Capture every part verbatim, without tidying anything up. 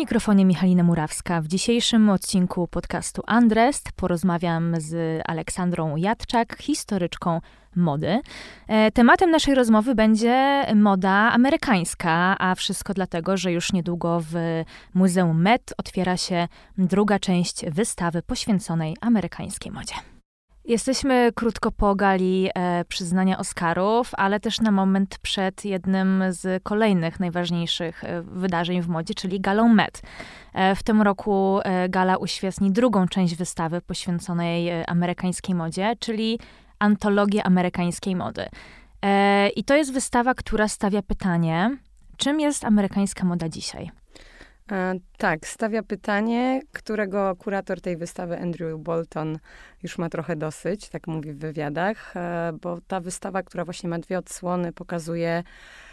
mikrofonie Michalina Murawska. W dzisiejszym odcinku podcastu Undressed porozmawiam z Aleksandrą Jadczak, historyczką mody. Tematem naszej rozmowy będzie moda amerykańska, a wszystko dlatego, że już niedługo w Muzeum Met otwiera się druga część wystawy poświęconej amerykańskiej modzie. Jesteśmy krótko po gali e, przyznania Oscarów, ale też na moment przed jednym z kolejnych najważniejszych e, wydarzeń w modzie, czyli galą Met. E, w tym roku e, gala uświetni drugą część wystawy poświęconej e, amerykańskiej modzie, czyli antologię amerykańskiej mody. E, I to jest wystawa, która stawia pytanie, czym jest amerykańska moda dzisiaj? E, tak, stawia pytanie, którego kurator tej wystawy, Andrew Bolton, już ma trochę dosyć, tak mówi w wywiadach, e, bo ta wystawa, która właśnie ma dwie odsłony, pokazuje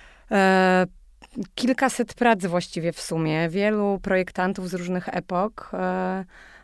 e, kilkaset prac właściwie w sumie, wielu projektantów z różnych epok, e,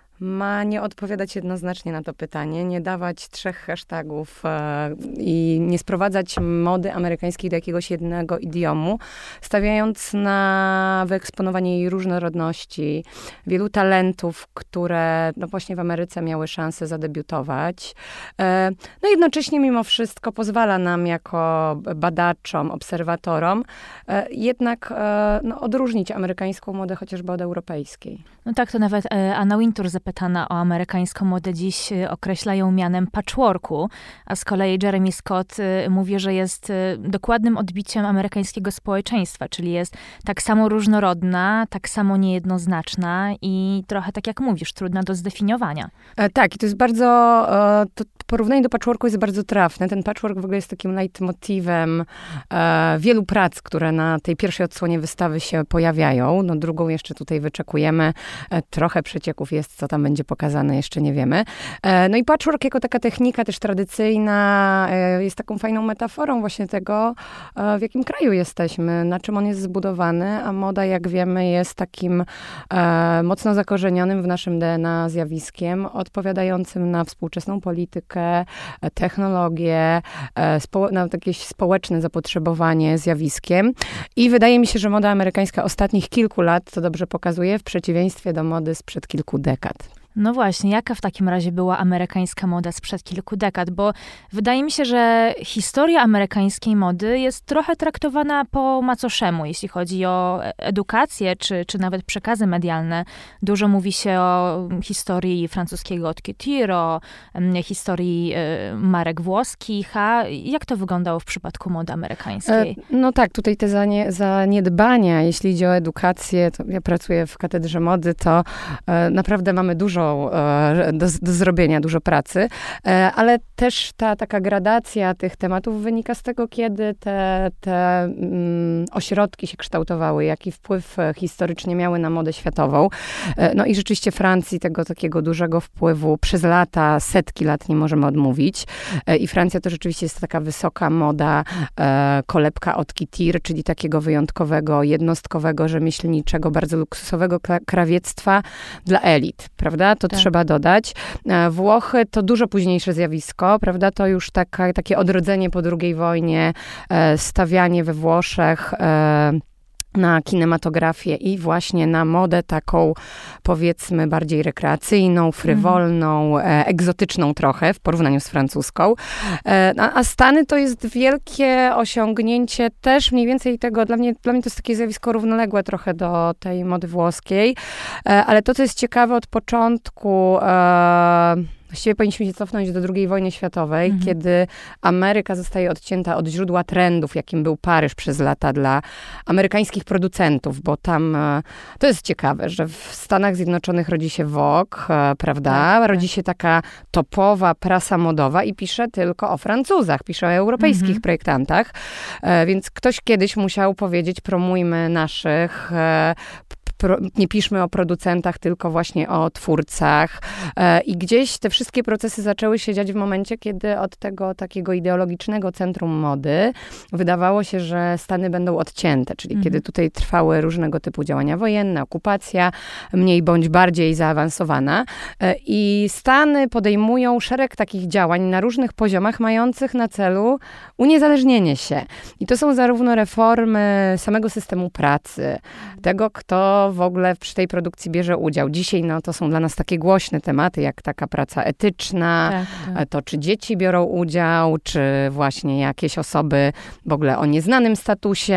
ma nie odpowiadać jednoznacznie na to pytanie, nie dawać trzech hashtagów e, i nie sprowadzać mody amerykańskiej do jakiegoś jednego idiomu, stawiając na wyeksponowanie jej różnorodności, wielu talentów, które no właśnie w Ameryce miały szansę zadebiutować. E, no jednocześnie mimo wszystko pozwala nam jako badaczom, obserwatorom e, jednak e, no, odróżnić amerykańską modę chociażby od europejskiej. No tak, to nawet e, Anna Wintour zapytana o amerykańską modę dziś określa ją mianem patchworku, a z kolei Jeremy Scott y, mówi, że jest y, dokładnym odbiciem amerykańskiego społeczeństwa, czyli jest tak samo różnorodna, tak samo niejednoznaczna i trochę tak jak mówisz, trudna do zdefiniowania. E, tak, i to jest bardzo, e, to porównanie do patchworku jest bardzo trafne. Ten patchwork w ogóle jest takim leitmotivem e, wielu prac, które na tej pierwszej odsłonie wystawy się pojawiają. No drugą jeszcze tutaj wyczekujemy. E, trochę przecieków jest, co tam będzie pokazane, jeszcze nie wiemy. E, no i patchwork jako taka technika też tradycyjna e, jest taką fajną metaforą właśnie tego, e, w jakim kraju jesteśmy, na czym on jest zbudowany, a moda, jak wiemy, jest takim e, mocno zakorzenionym w naszym D N A zjawiskiem, odpowiadającym na współczesną politykę, technologię, e, spo, na jakieś społeczne zapotrzebowanie zjawiskiem. I wydaje mi się, że moda amerykańska ostatnich kilku lat to dobrze pokazuje, w przeciwieństwie do mody sprzed kilku dekad. No właśnie, jaka w takim razie była amerykańska moda sprzed kilku dekad? Bo wydaje mi się, że historia amerykańskiej mody jest trochę traktowana po macoszemu, jeśli chodzi o edukację, czy, czy nawet przekazy medialne. Dużo mówi się o historii francuskiego haute couture, o historii marek włoskich, a jak to wyglądało w przypadku mody amerykańskiej? E, no tak, tutaj te zanie, zaniedbania, jeśli idzie o edukację, to ja pracuję w katedrze mody, to e, naprawdę mamy dużo Do, do zrobienia, dużo pracy, ale też ta taka gradacja tych tematów wynika z tego, kiedy te, te um, ośrodki się kształtowały, jaki wpływ historycznie miały na modę światową. No i rzeczywiście Francji tego takiego dużego wpływu przez lata, setki lat nie możemy odmówić. I Francja to rzeczywiście jest taka wysoka moda, kolebka haute couture, czyli takiego wyjątkowego, jednostkowego, rzemieślniczego, bardzo luksusowego krawiectwa dla elit, prawda? To tak. Trzeba dodać. Włochy to dużo późniejsze zjawisko, prawda? To już taka, takie odrodzenie po drugiej wojnie, stawianie we Włoszech na kinematografię i właśnie na modę taką, powiedzmy, bardziej rekreacyjną, frywolną, mm. e, egzotyczną trochę w porównaniu z francuską. E, a, a Stany to jest wielkie osiągnięcie też mniej więcej tego, dla mnie, dla mnie to jest takie zjawisko równoległe trochę do tej mody włoskiej, e, ale to, co jest ciekawe od początku, e, właściwie powinniśmy się cofnąć do drugiej wojny światowej, mhm. kiedy Ameryka zostaje odcięta od źródła trendów, jakim był Paryż przez lata dla amerykańskich producentów, bo tam, to jest ciekawe, że w Stanach Zjednoczonych rodzi się Vogue, prawda? Tak, rodzi tak. się taka topowa prasa modowa i pisze tylko o Francuzach, pisze o europejskich mhm. projektantach, więc ktoś kiedyś musiał powiedzieć, promujmy naszych, nie piszmy o producentach, tylko właśnie o twórcach. I gdzieś te wszystkie procesy zaczęły się dziać w momencie, kiedy od tego takiego ideologicznego centrum mody wydawało się, że Stany będą odcięte, czyli mhm. kiedy tutaj trwały różnego typu działania wojenne, okupacja, mniej bądź bardziej zaawansowana. I Stany podejmują szereg takich działań na różnych poziomach, mających na celu uniezależnienie się. I to są zarówno reformy samego systemu pracy, tego, kto w ogóle przy tej produkcji bierze udział. Dzisiaj no, to są dla nas takie głośne tematy, jak taka praca etyczna, tak, tak. to czy dzieci biorą udział, czy właśnie jakieś osoby w ogóle o nieznanym statusie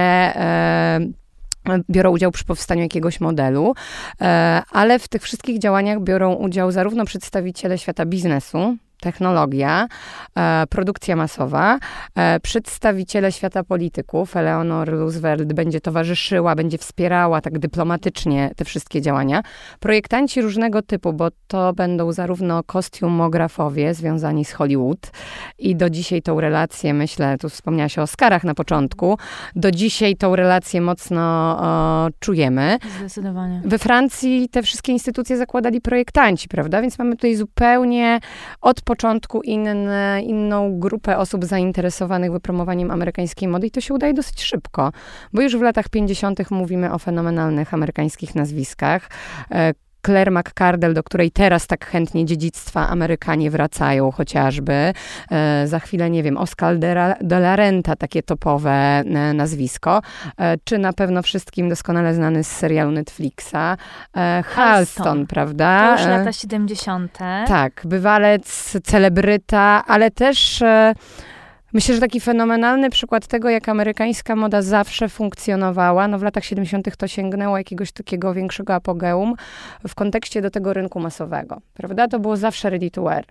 e, biorą udział przy powstaniu jakiegoś modelu, e, ale w tych wszystkich działaniach biorą udział zarówno przedstawiciele świata biznesu, technologia, e, produkcja masowa, e, przedstawiciele świata polityków. Eleanor Roosevelt będzie towarzyszyła, będzie wspierała tak dyplomatycznie te wszystkie działania. Projektanci różnego typu, bo to będą zarówno kostiumografowie związani z Hollywood i do dzisiaj tą relację, myślę, tu wspomniałaś o Oscarach na początku, do dzisiaj tą relację mocno o, czujemy. Zdecydowanie. We Francji te wszystkie instytucje zakładali projektanci, prawda? Więc mamy tutaj zupełnie od początku inne, inną grupę osób zainteresowanych wypromowaniem amerykańskiej mody i to się udaje dosyć szybko, bo już w latach pięćdziesiątych mówimy o fenomenalnych amerykańskich nazwiskach. Claire McCardell, do której teraz tak chętnie dziedzictwa Amerykanie wracają chociażby. E, za chwilę, nie wiem, Oscar de la Renta, takie topowe e, nazwisko. E, czy na pewno wszystkim doskonale znany z serialu Netflixa. E, Halston, prawda? To już lata siedemdziesiąte. Tak, bywalec, celebryta, ale też... E, Myślę, że taki fenomenalny przykład tego, jak amerykańska moda zawsze funkcjonowała, no w latach siedemdziesiątych to sięgnęło jakiegoś takiego większego apogeum w kontekście do tego rynku masowego, prawda? To było zawsze ready to wear.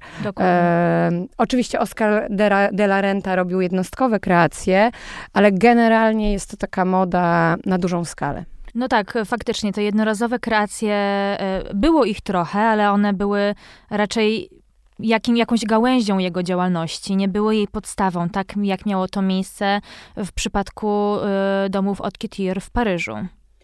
E, oczywiście Oscar de la Renta robił jednostkowe kreacje, ale generalnie jest to taka moda na dużą skalę. No tak, faktycznie, te jednorazowe kreacje, było ich trochę, ale one były raczej Jakim, jakąś gałęzią jego działalności, nie było jej podstawą, tak jak miało to miejsce w przypadku y, domów Haute Couture w Paryżu.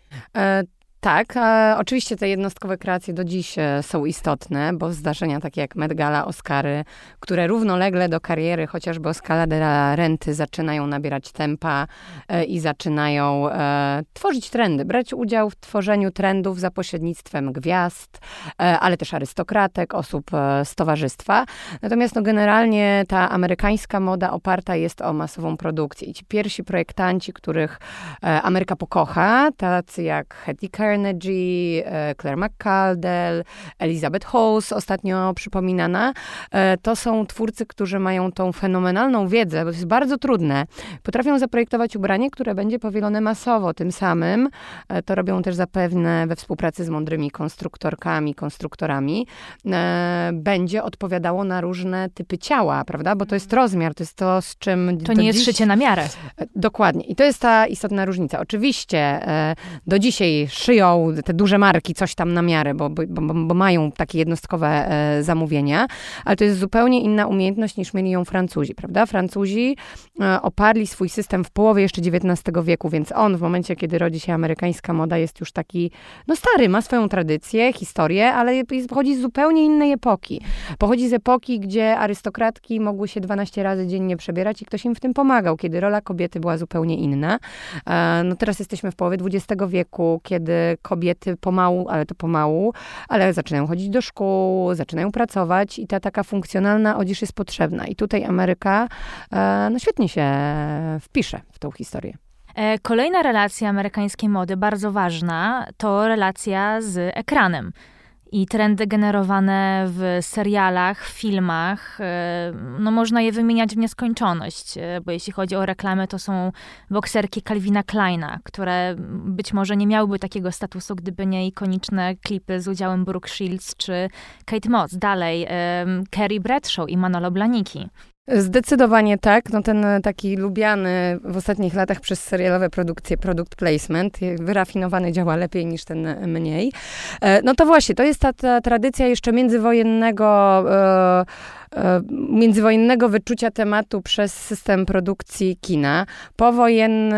E, tak, e, oczywiście te jednostkowe kreacje do dziś e, są istotne, bo zdarzenia takie jak Met Gala, Oscary, które równolegle do kariery chociażby Oscara de la Renty zaczynają nabierać tempa e, i zaczynają e, tworzyć trendy, brać udział w tworzeniu trendów za pośrednictwem gwiazd, e, ale też arystokratek, osób e, z towarzystwa. Natomiast no, generalnie ta amerykańska moda oparta jest o masową produkcję. I ci pierwsi projektanci, których e, Ameryka pokocha, tacy jak Hattie Carnegie, Claire McCardell, Elizabeth Holmes, ostatnio przypominana. To są twórcy, którzy mają tą fenomenalną wiedzę, bo to jest bardzo trudne. Potrafią zaprojektować ubranie, które będzie powielone masowo. Tym samym to robią też zapewne we współpracy z mądrymi konstruktorkami, konstruktorami. Będzie odpowiadało na różne typy ciała, prawda? Bo to jest rozmiar, to jest to, z czym... To nie jest dziś... szycie na miarę. Dokładnie. I to jest ta istotna różnica. Oczywiście do dzisiaj szyją te duże marki coś tam na miarę, bo, bo, bo mają takie jednostkowe e, zamówienia, ale to jest zupełnie inna umiejętność niż mieli ją Francuzi, prawda? Francuzi e, oparli swój system w połowie jeszcze dziewiętnastego wieku, więc on w momencie, kiedy rodzi się amerykańska moda, jest już taki, no stary, ma swoją tradycję, historię, ale jest, pochodzi z zupełnie innej epoki. Pochodzi z epoki, gdzie arystokratki mogły się dwanaście razy dziennie przebierać i ktoś im w tym pomagał, kiedy rola kobiety była zupełnie inna. E, no teraz jesteśmy w połowie dwudziestego wieku, kiedy kobiety pomału, ale to pomału, ale zaczynają chodzić do szkół, zaczynają pracować i ta taka funkcjonalna odzież jest potrzebna. I tutaj Ameryka e, no świetnie się wpisze w tą historię. Kolejna relacja amerykańskiej mody, bardzo ważna, to relacja z ekranem. I trendy generowane w serialach, filmach, no można je wymieniać w nieskończoność, bo jeśli chodzi o reklamy, to są bokserki Calvina Kleina, które być może nie miałyby takiego statusu, gdyby nie ikoniczne klipy z udziałem Brooke Shields czy Kate Moss. Dalej, um, Carrie Bradshaw i Manolo Blahnicki. Zdecydowanie tak. No ten taki lubiany w ostatnich latach przez serialowe produkcje product placement, wyrafinowany działa lepiej niż ten mniej. No to właśnie, to jest ta, ta tradycja jeszcze międzywojennego e, międzywojennego wyczucia tematu przez system produkcji kina. Powojenne,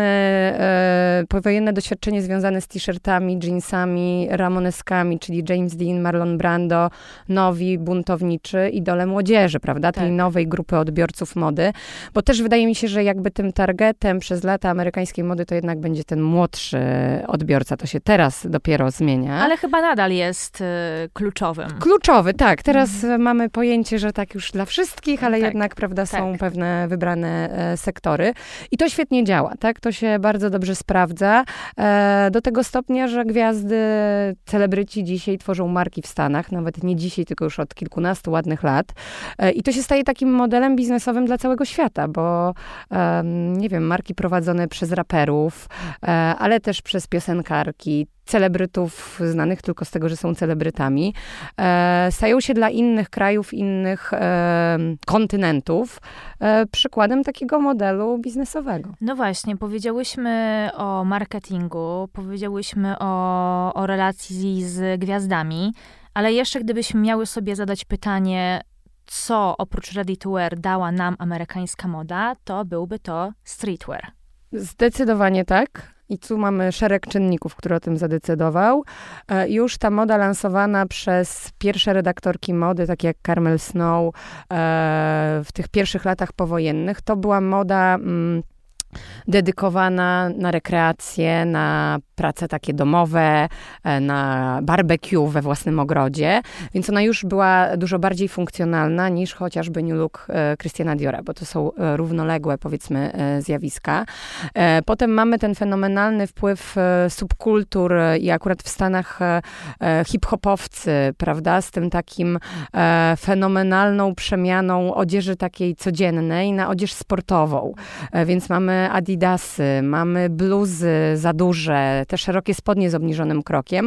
e, powojenne doświadczenie związane z t-shirtami, jeansami, ramoneskami, czyli James Dean, Marlon Brando, nowi, buntowniczy idole młodzieży, prawda? Tej tak. nowej grupy odbiorców mody. Bo też wydaje mi się, że jakby tym targetem przez lata amerykańskiej mody to jednak będzie ten młodszy odbiorca. To się teraz dopiero zmienia. Ale chyba nadal jest y, kluczowym. Kluczowy, tak. Teraz mhm. mamy pojęcie, że tak już już dla wszystkich, ale tak, jednak, prawda, są tak. pewne wybrane e, sektory. I to świetnie działa, tak? To się bardzo dobrze sprawdza. E, do tego stopnia, że gwiazdy, celebryci dzisiaj tworzą marki w Stanach, nawet nie dzisiaj, tylko już od kilkunastu ładnych lat. E, I to się staje takim modelem biznesowym dla całego świata, bo e, nie wiem, marki prowadzone przez raperów, e, ale też przez piosenkarki, celebrytów znanych tylko z tego, że są celebrytami, e, stają się dla innych krajów, innych e, kontynentów e, przykładem takiego modelu biznesowego. No właśnie, powiedziałyśmy o marketingu, powiedziałyśmy o, o relacji z gwiazdami, ale jeszcze gdybyśmy miały sobie zadać pytanie, co oprócz ready to wear dała nam amerykańska moda, to byłby to streetwear. Zdecydowanie tak. I tu mamy szereg czynników, który o tym zadecydował. E, już ta moda lansowana przez pierwsze redaktorki mody, takie jak Carmel Snow, e, w tych pierwszych latach powojennych, to była moda mm, dedykowana na rekreację, na prace takie domowe, na barbecue we własnym ogrodzie, więc ona już była dużo bardziej funkcjonalna niż chociażby New Look Christiana Diora, bo to są równoległe, powiedzmy, zjawiska. Potem mamy ten fenomenalny wpływ subkultur i akurat w Stanach hip-hopowcy, prawda, z tym takim fenomenalną przemianą odzieży takiej codziennej na odzież sportową, więc mamy adidasy, mamy bluzy za duże, te szerokie spodnie z obniżonym krokiem,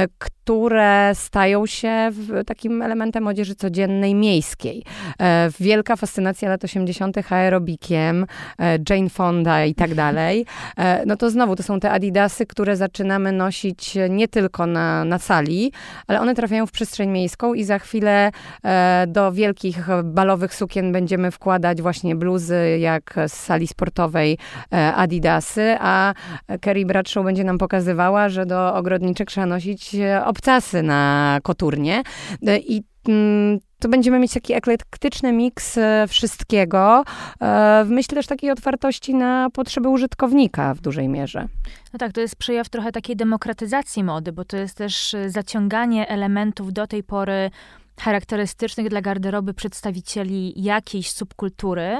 które stają się takim elementem odzieży codziennej miejskiej. Wielka fascynacja lat osiemdziesiątych aerobikiem, Jane Fonda i tak dalej. No to znowu, to są te adidasy, które zaczynamy nosić nie tylko na, na sali, ale one trafiają w przestrzeń miejską i za chwilę do wielkich balowych sukien będziemy wkładać właśnie bluzy jak z sali sportowej adidasy, a Carrie Bradshaw będzie nam pokazywała, że do ogrodniczek trzeba nosić obcasy na koturnie. I to będziemy mieć taki eklektyczny miks wszystkiego, w myśl też takiej otwartości na potrzeby użytkownika w dużej mierze. No tak, to jest przejaw trochę takiej demokratyzacji mody, bo to jest też zaciąganie elementów do tej pory charakterystycznych dla garderoby przedstawicieli jakiejś subkultury,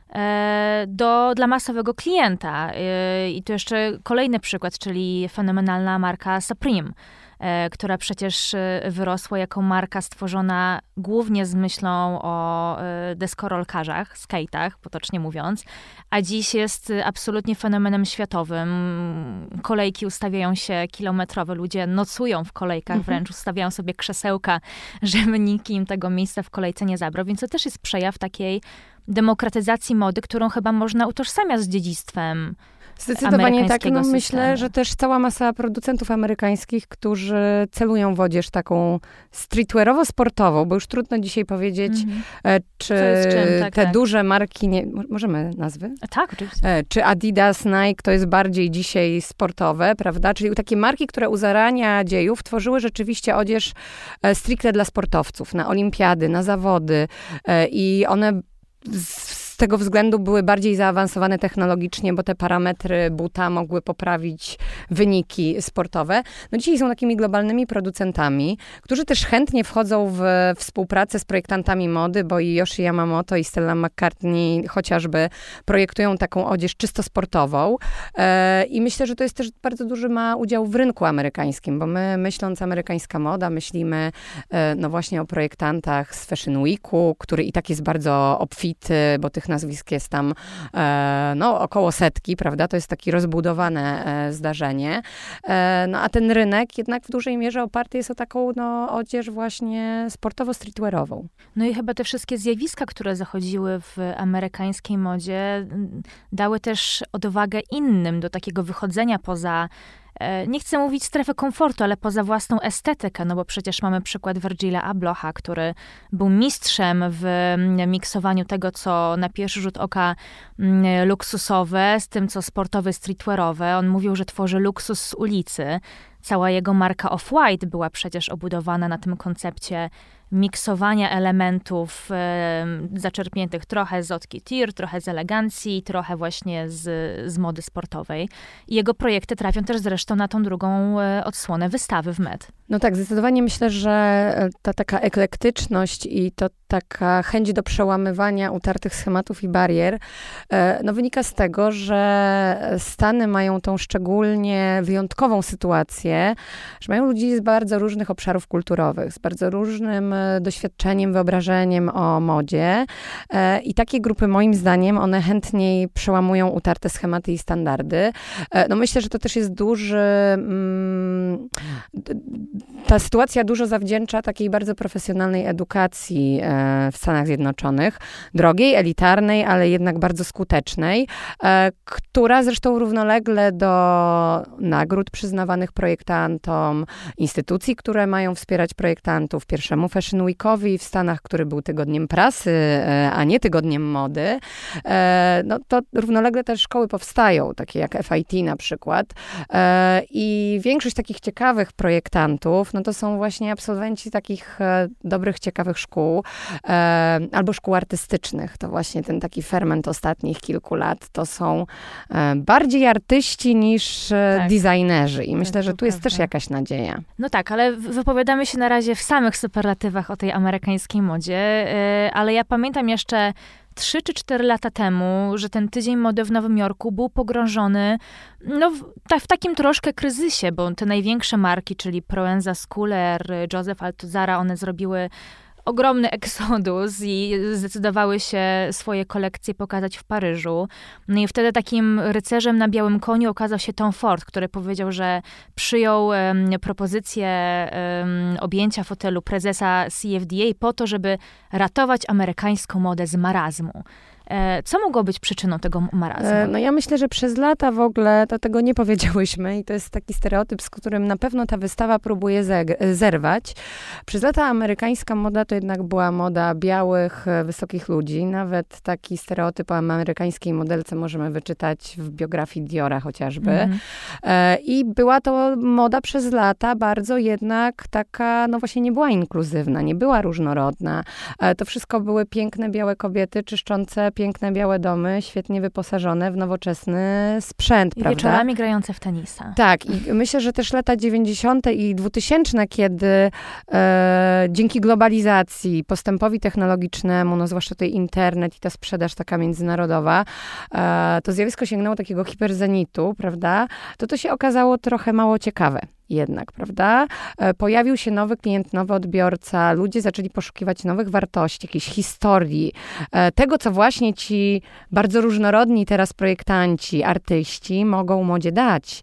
Do, dla masowego klienta. I tu jeszcze kolejny przykład, czyli fenomenalna marka Supreme, która przecież wyrosła jako marka stworzona głównie z myślą o deskorolkarzach, skate'ach, potocznie mówiąc, a dziś jest absolutnie fenomenem światowym. Kolejki ustawiają się kilometrowe, ludzie nocują w kolejkach, mhm. wręcz ustawiają sobie krzesełka, żeby nikt im tego miejsca w kolejce nie zabrał, więc to też jest przejaw takiej demokratyzacji mody, którą chyba można utożsamiać z dziedzictwem Zdecydowanie tak. No systemu. Myślę, że też cała masa producentów amerykańskich, którzy celują w odzież taką streetwearowo-sportową, bo już trudno dzisiaj powiedzieć, mm-hmm. czy czym, tak, te tak. duże marki, nie, możemy nazwy? Tak, oczywiście. Czy Adidas, Nike to jest bardziej dzisiaj sportowe, prawda? Czyli takie marki, które u zarania dziejów tworzyły rzeczywiście odzież stricte dla sportowców, na olimpiady, na zawody i one z tego względu były bardziej zaawansowane technologicznie, bo te parametry buta mogły poprawić wyniki sportowe. No dzisiaj są takimi globalnymi producentami, którzy też chętnie wchodzą w współpracę z projektantami mody, bo i Yohji Yamamoto i Stella McCartney chociażby projektują taką odzież czysto sportową. I myślę, że to jest też bardzo duży ma udział w rynku amerykańskim, bo my myśląc amerykańska moda, myślimy no właśnie o projektantach z Fashion Weeku, który i tak jest bardzo obfity, bo tych nazwisk jest tam e, no, około setki, prawda? To jest takie rozbudowane e, zdarzenie. E, no a ten rynek jednak w dużej mierze oparty jest o taką no, odzież właśnie sportowo-streetwearową. No i chyba te wszystkie zjawiska, które zachodziły w amerykańskiej modzie, dały też odwagę innym do takiego wychodzenia poza nie chcę mówić strefę komfortu, ale poza własną estetykę, no bo przecież mamy przykład Virgila Abloha, który był mistrzem w miksowaniu tego, co na pierwszy rzut oka luksusowe, z tym, co sportowe, streetwearowe. On mówił, że tworzy luksus z ulicy. Cała jego marka Off-White była przecież obudowana na tym koncepcie miksowania elementów e, zaczerpniętych trochę z haute couture, trochę z elegancji, trochę właśnie z, z mody sportowej. I jego projekty trafią też zresztą na tą drugą e, odsłonę wystawy w Met. No tak, zdecydowanie myślę, że ta taka eklektyczność i to taka chęć do przełamywania utartych schematów i barier, no wynika z tego, że Stany mają tą szczególnie wyjątkową sytuację, że mają ludzi z bardzo różnych obszarów kulturowych, z bardzo różnym doświadczeniem, wyobrażeniem o modzie i takie grupy, moim zdaniem, one chętniej przełamują utarte schematy i standardy. No myślę, że to też jest duży... Mm, ta sytuacja dużo zawdzięcza takiej bardzo profesjonalnej edukacji e, w Stanach Zjednoczonych. Drogiej, elitarnej, ale jednak bardzo skutecznej, e, która zresztą równolegle do nagród przyznawanych projektantom, instytucji, które mają wspierać projektantów, pierwszemu Fashion Weekowi w Stanach, który był tygodniem prasy, e, a nie tygodniem mody, e, no to równolegle też szkoły powstają, takie jak F I T na przykład. E, I większość takich ciekawych projektantów, no to są właśnie absolwenci takich e, dobrych, ciekawych szkół, e, albo szkół artystycznych. To właśnie ten taki ferment ostatnich kilku lat. To są e, bardziej artyści niż e, tak. designerzy. I myślę, że tu jest też jakaś nadzieja. No tak, ale wypowiadamy się na razie w samych superlatywach o tej amerykańskiej modzie, e, ale ja pamiętam jeszcze Trzy czy cztery lata temu, że ten tydzień mody w Nowym Jorku był pogrążony no, w, ta, w takim troszkę kryzysie, bo te największe marki, czyli Proenza, Schuler, Joseph Altuzara, one zrobiły ogromny eksodus i zdecydowały się swoje kolekcje pokazać w Paryżu. No i wtedy takim rycerzem na białym koniu okazał się Tom Ford, który powiedział, że przyjął um, propozycję um, objęcia fotelu prezesa C F D A po to, żeby ratować amerykańską modę z marazmu. Co mogło być przyczyną tego marazmu? No ja myślę, że przez lata w ogóle to tego nie powiedziałyśmy i to jest taki stereotyp, z którym na pewno ta wystawa próbuje zerwać. Przez lata amerykańska moda to jednak była moda białych, wysokich ludzi. Nawet taki stereotyp o amerykańskiej modelce możemy wyczytać w biografii Diora chociażby. Mm. I była to moda przez lata bardzo jednak taka, no właśnie nie była inkluzywna, nie była różnorodna. To wszystko były piękne białe kobiety czyszczące piękne białe domy, świetnie wyposażone w nowoczesny sprzęt, I prawda? wieczorami grające w tenisa. Tak, i myślę, że też lata dziewięćdziesiąte i dwutysięczne, kiedy e, dzięki globalizacji, postępowi technologicznemu, no zwłaszcza tutaj internet i ta sprzedaż taka międzynarodowa, e, to zjawisko sięgnęło takiego hiperzenitu, prawda? To to się okazało trochę mało ciekawe. Jednak, prawda? Pojawił się nowy klient, nowy odbiorca, ludzie zaczęli poszukiwać nowych wartości, jakiejś historii, tego, co właśnie ci bardzo różnorodni teraz projektanci, artyści mogą modzie dać.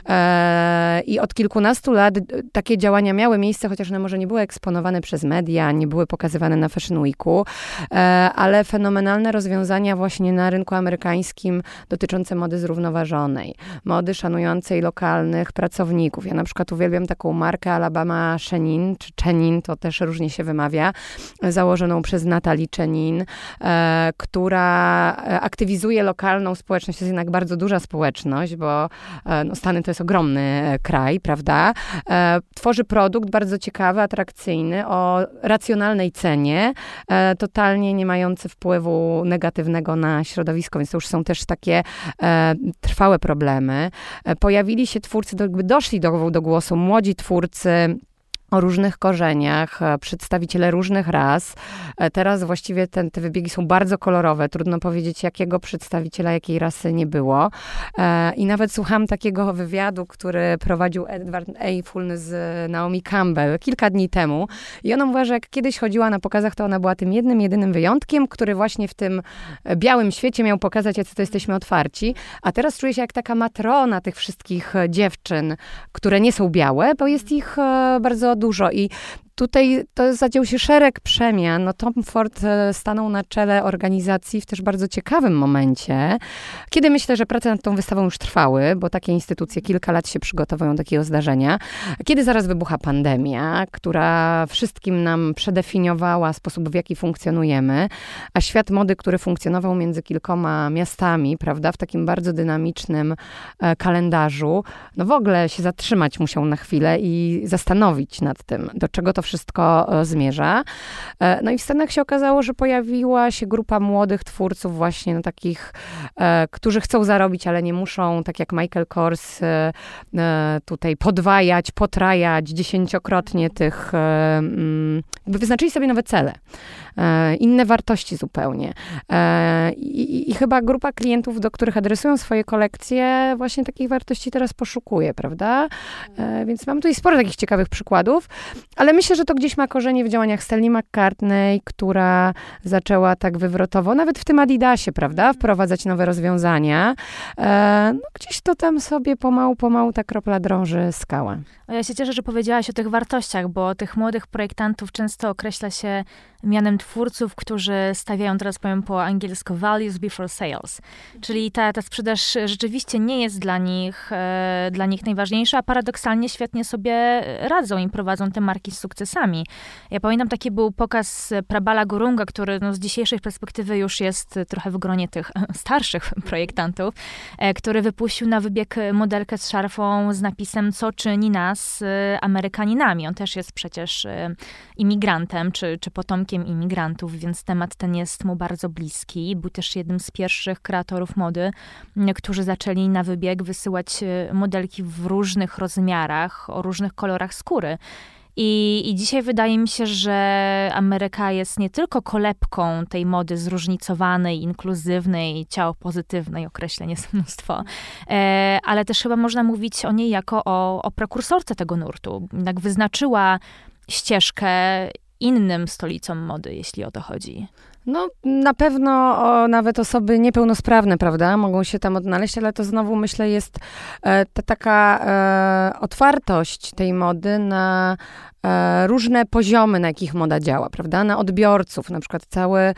I od kilkunastu lat takie działania miały miejsce, chociaż one może nie były eksponowane przez media, nie były pokazywane na Fashion Weeku, ale fenomenalne rozwiązania właśnie na rynku amerykańskim dotyczące mody zrównoważonej, mody szanującej lokalnych pracowników. Ja na przykład uwielbiam taką markę Alabama Chenin, czy Chenin, to też różnie się wymawia, założoną przez Natalie Chenin, e, która aktywizuje lokalną społeczność. To jest jednak bardzo duża społeczność, bo e, no, Stany to jest ogromny kraj, prawda? E, tworzy produkt bardzo ciekawy, atrakcyjny, o racjonalnej cenie, e, totalnie nie mający wpływu negatywnego na środowisko, więc to już są też takie e, trwałe problemy. E, pojawili się twórcy, do, jakby doszli do do głosu młodzi twórcy o różnych korzeniach, przedstawiciele różnych ras. Teraz właściwie ten, te wybiegi są bardzo kolorowe. Trudno powiedzieć, jakiego przedstawiciela, jakiej rasy nie było. I nawet słuchałam takiego wywiadu, który prowadził Edward Eyful z Naomi Campbell kilka dni temu. I ona mówiła, że jak kiedyś chodziła na pokazach, to ona była tym jednym, jedynym wyjątkiem, który właśnie w tym białym świecie miał pokazać, jacy to jesteśmy otwarci. A teraz czuje się jak taka matrona tych wszystkich dziewczyn, które nie są białe, bo jest ich bardzo dużo i tutaj to zadział się szereg przemian. No, Tom Ford stanął na czele organizacji w też bardzo ciekawym momencie, kiedy myślę, że prace nad tą wystawą już trwały, bo takie instytucje kilka lat się przygotowują do takiego zdarzenia. Kiedy zaraz wybucha pandemia, która wszystkim nam przedefiniowała sposób, w jaki funkcjonujemy, a świat mody, który funkcjonował między kilkoma miastami, prawda, w takim bardzo dynamicznym e, kalendarzu, no w ogóle się zatrzymać musiał na chwilę i zastanowić nad tym, do czego to wszystko wszystko zmierza. No i w Stanach się okazało, że pojawiła się grupa młodych twórców właśnie no, takich, którzy chcą zarobić, ale nie muszą, tak jak Michael Kors, tutaj podwajać, potrajać dziesięciokrotnie tych, jakby wyznaczyli sobie nowe cele. Inne wartości zupełnie. I, I chyba grupa klientów, do których adresują swoje kolekcje, właśnie takich wartości teraz poszukuje, prawda? Więc mam tutaj sporo takich ciekawych przykładów, ale myślę, że to gdzieś ma korzenie w działaniach Stelli McCartney, która zaczęła tak wywrotowo, nawet w tym Adidasie, prawda? Wprowadzać nowe rozwiązania. No, gdzieś to tam sobie pomału, pomału ta kropla drąży skała. Ja się cieszę, że powiedziałaś o tych wartościach, bo tych młodych projektantów często określa się mianem twórców, którzy stawiają, teraz powiem po angielsku, values before sales. Czyli ta, ta sprzedaż rzeczywiście nie jest dla nich, e, dla nich najważniejsza, a paradoksalnie świetnie sobie radzą i prowadzą te marki z sukcesami. Ja pamiętam, taki był pokaz Prabala Gurunga, który no, z dzisiejszej perspektywy już jest trochę w gronie tych starszych projektantów, e, który wypuścił na wybieg modelkę z szarfą z napisem, co czyni nas e, Amerykaninami. On też jest przecież e, imigrantem, czy, czy potomkiem imigrantów, więc temat ten jest mu bardzo bliski. Był też jednym z pierwszych kreatorów mody, którzy zaczęli na wybieg wysyłać modelki w różnych rozmiarach, o różnych kolorach skóry. I, I dzisiaj wydaje mi się, że Ameryka jest nie tylko kolebką tej mody zróżnicowanej, inkluzywnej, ciało pozytywnej, określeń jest mnóstwo, e, ale też chyba można mówić o niej jako o, o prekursorce tego nurtu. Jednak wyznaczyła ścieżkę innym stolicom mody, jeśli o to chodzi. No, na pewno o, nawet osoby niepełnosprawne, prawda, mogą się tam odnaleźć, ale to znowu, myślę, jest e, ta taka e, otwartość tej mody na e, różne poziomy, na jakich moda działa, prawda, na odbiorców, na przykład całe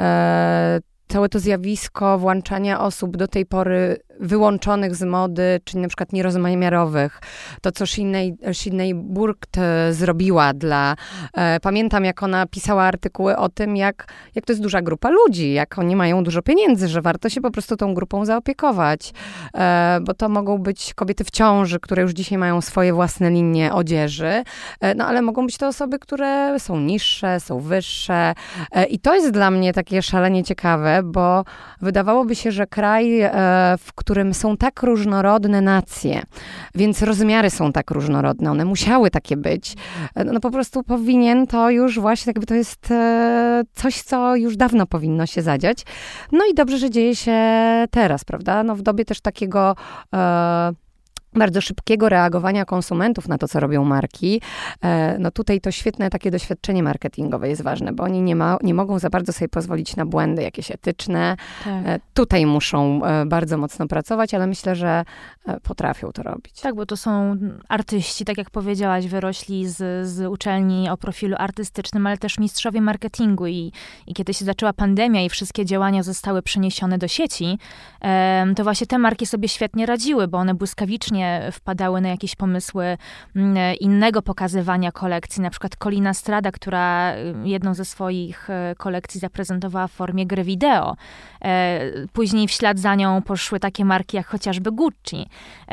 e, Całe to zjawisko włączania osób do tej pory wyłączonych z mody, czyli na przykład nierozmiarowych. To, co Sidney, Sidney Burkt zrobiła dla... E, pamiętam, jak ona pisała artykuły o tym, jak, jak to jest duża grupa ludzi, jak oni mają dużo pieniędzy, że warto się po prostu tą grupą zaopiekować. E, bo to mogą być kobiety w ciąży, które już dzisiaj mają swoje własne linie odzieży, e, no ale mogą być to osoby, które są niższe, są wyższe. E, I to jest dla mnie takie szalenie ciekawe, bo wydawałoby się, że kraj, e, w którym są tak różnorodne nacje, więc rozmiary są tak różnorodne, one musiały takie być, no po prostu powinien to już właśnie, jakby to jest e, coś, co już dawno powinno się zadziać. No i dobrze, że dzieje się teraz, prawda? No w dobie też takiego e, bardzo szybkiego reagowania konsumentów na to, co robią marki. No tutaj to świetne takie doświadczenie marketingowe jest ważne, bo oni nie, ma, nie mogą za bardzo sobie pozwolić na błędy jakieś etyczne. Tak. Tutaj muszą bardzo mocno pracować, ale myślę, że potrafią to robić. Tak, bo to są artyści, tak jak powiedziałaś, wyrośli z, z uczelni o profilu artystycznym, ale też mistrzowie marketingu i, i kiedy się zaczęła pandemia i wszystkie działania zostały przeniesione do sieci, to właśnie te marki sobie świetnie radziły, bo one błyskawicznie wpadały na jakieś pomysły innego pokazywania kolekcji. Na przykład Colina Strada, która jedną ze swoich kolekcji zaprezentowała w formie gry wideo. Później w ślad za nią poszły takie marki jak chociażby Gucci.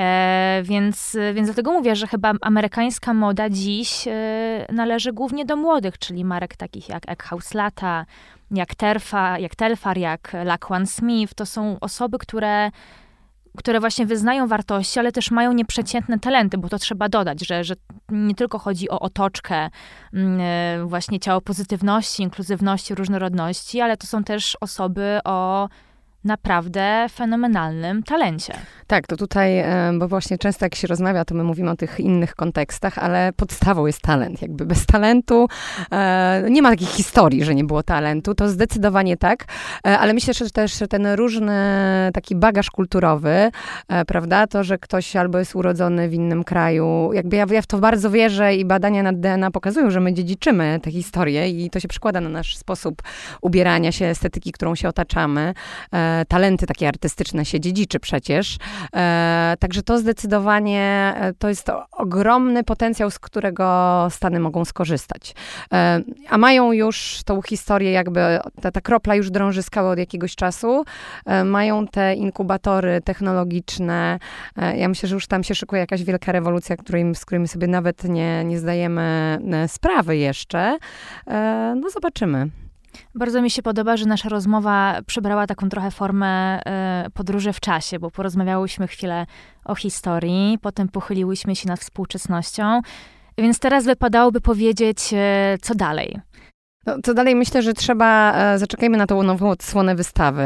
Więc, więc dlatego mówię, że chyba amerykańska moda dziś należy głównie do młodych, czyli marek takich jak Eckhaus Lata, jak Terfa, jak Telfar, jak Laquan Smith. To są osoby, które które właśnie wyznają wartości, ale też mają nieprzeciętne talenty, bo to trzeba dodać, że, że nie tylko chodzi o otoczkę, właśnie ciało pozytywności, inkluzywności, różnorodności, ale to są też osoby o naprawdę fenomenalnym talencie. Tak, to tutaj, bo właśnie często jak się rozmawia, to my mówimy o tych innych kontekstach, ale podstawą jest talent. Jakby bez talentu nie ma takiej historii, że nie było talentu. To zdecydowanie tak, ale myślę, że też ten różny taki bagaż kulturowy, prawda, to, że ktoś albo jest urodzony w innym kraju, jakby ja, ja w to bardzo wierzę i badania nad D N A pokazują, że my dziedziczymy tę historię i to się przekłada na nasz sposób ubierania się, estetyki, którą się otaczamy. Talenty takie artystyczne się dziedziczy przecież. E, także to zdecydowanie to jest ogromny potencjał, z którego Stany mogą skorzystać. E, a mają już tą historię, jakby ta, ta kropla już drąży skałę od jakiegoś czasu. E, mają te inkubatory technologiczne. E, ja myślę, że już tam się szykuje jakaś wielka rewolucja, której, z której sobie nawet nie, nie zdajemy sprawy jeszcze. E, no zobaczymy. Bardzo mi się podoba, że nasza rozmowa przybrała taką trochę formę y, podróży w czasie, bo porozmawiałyśmy chwilę o historii, potem pochyliłyśmy się nad współczesnością, więc teraz wypadałoby powiedzieć, y, co dalej. No, co dalej? Myślę, że trzeba, e, zaczekajmy na tą nową odsłonę wystawy.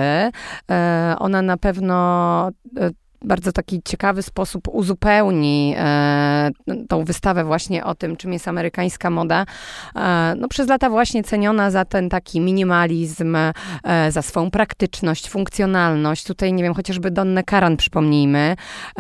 E, ona na pewno e, bardzo taki ciekawy sposób uzupełni e, tą wystawę właśnie o tym, czym jest amerykańska moda. E, no przez lata właśnie ceniona za ten taki minimalizm, e, za swoją praktyczność, funkcjonalność. Tutaj, nie wiem, chociażby Donnę Karan przypomnijmy.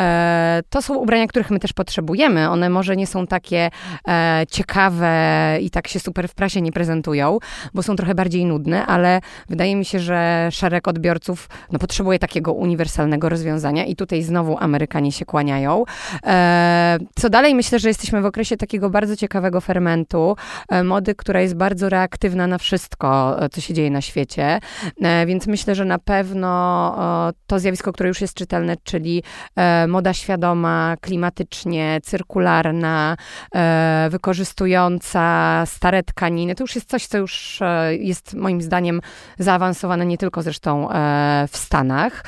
E, to są ubrania, których my też potrzebujemy. One może nie są takie e, ciekawe i tak się super w prasie nie prezentują, bo są trochę bardziej nudne, ale wydaje mi się, że szereg odbiorców no, potrzebuje takiego uniwersalnego rozwiązania i tutaj znowu Amerykanie się kłaniają. E, co dalej? Myślę, że jesteśmy w okresie takiego bardzo ciekawego fermentu, e, mody, która jest bardzo reaktywna na wszystko, co się dzieje na świecie. E, więc myślę, że na pewno e, to zjawisko, które już jest czytelne, czyli e, moda świadoma, klimatycznie, cyrkularna, e, wykorzystująca stare tkaniny. To już jest coś, co już e, jest moim zdaniem zaawansowane nie tylko zresztą e, w Stanach.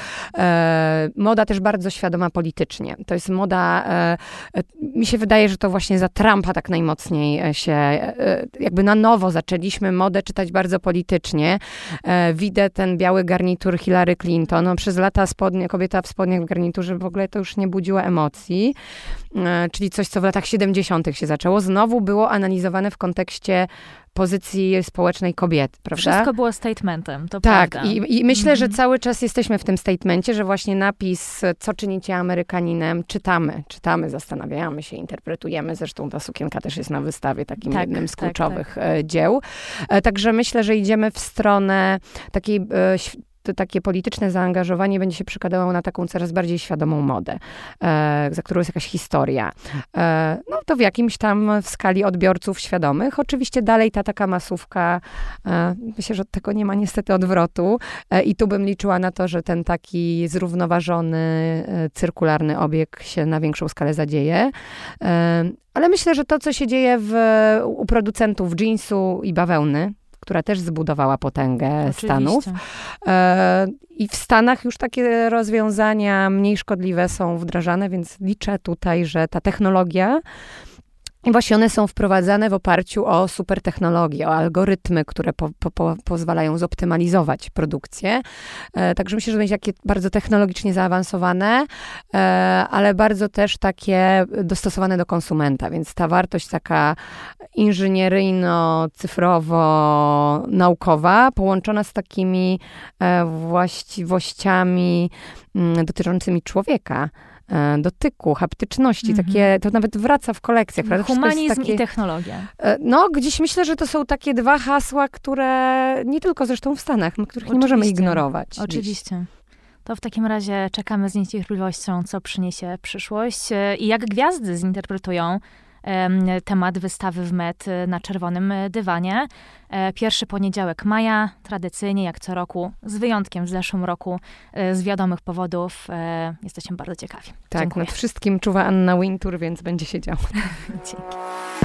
E, moda też bardzo świadoma politycznie. To jest moda, e, e, mi się wydaje, że to właśnie za Trumpa tak najmocniej się, e, jakby na nowo zaczęliśmy modę czytać bardzo politycznie. E, widzę ten biały garnitur Hillary Clinton. No, przez lata spodnie, kobieta w spodniach w garniturze w ogóle to już nie budziła emocji. E, czyli coś, co w latach siedemdziesiątych się zaczęło. Znowu było analizowane w kontekście pozycji społecznej kobiety, prawda? Wszystko było statementem, to tak, prawda. i, i myślę, mm-hmm. że cały czas jesteśmy w tym statemencie, że właśnie napis, co czynicie Amerykaninem, czytamy, czytamy, zastanawiamy się, interpretujemy. Zresztą ta sukienka też jest na wystawie, takim tak, jednym z kluczowych tak, tak. dzieł. Także myślę, że idziemy w stronę takiej to takie polityczne zaangażowanie będzie się przekładało na taką coraz bardziej świadomą modę, e, za którą jest jakaś historia. E, no to w jakimś tam w skali odbiorców świadomych. Oczywiście dalej ta taka masówka, e, myślę, że od tego nie ma niestety odwrotu e, i tu bym liczyła na to, że ten taki zrównoważony, e, cyrkularny obieg się na większą skalę zadzieje. E, ale myślę, że to, co się dzieje w, u producentów jeansu i bawełny, która też zbudowała potęgę Oczywiście. Stanów. E, I w Stanach już takie rozwiązania mniej szkodliwe są wdrażane, więc liczę tutaj, że ta technologia i właśnie one są wprowadzane w oparciu o super technologie, o algorytmy, które po, po, po, pozwalają zoptymalizować produkcję. E, także myślę, że to będzie takie bardzo technologicznie zaawansowane, e, ale bardzo też takie dostosowane do konsumenta, więc ta wartość taka inżynieryjno-cyfrowo-naukowa połączona z takimi e, właściwościami m, dotyczącymi człowieka, dotyku, haptyczności, mm-hmm. takie, to nawet wraca w kolekcjach. Prawda? Humanizm takie, i technologia. No, gdzieś myślę, że to są takie dwa hasła, które nie tylko zresztą w Stanach, których Oczywiście. Nie możemy ignorować. Oczywiście. Dziś. To w takim razie czekamy z niecierpliwością, co przyniesie przyszłość i jak gwiazdy zinterpretują temat wystawy w M E T na czerwonym dywanie. Pierwszy poniedziałek maja, tradycyjnie jak co roku, z wyjątkiem w zeszłym roku, z wiadomych powodów. Jesteśmy bardzo ciekawi. Tak, Dziękuję. nad wszystkim czuwa Anna Wintour, więc będzie się działo. Dzięki.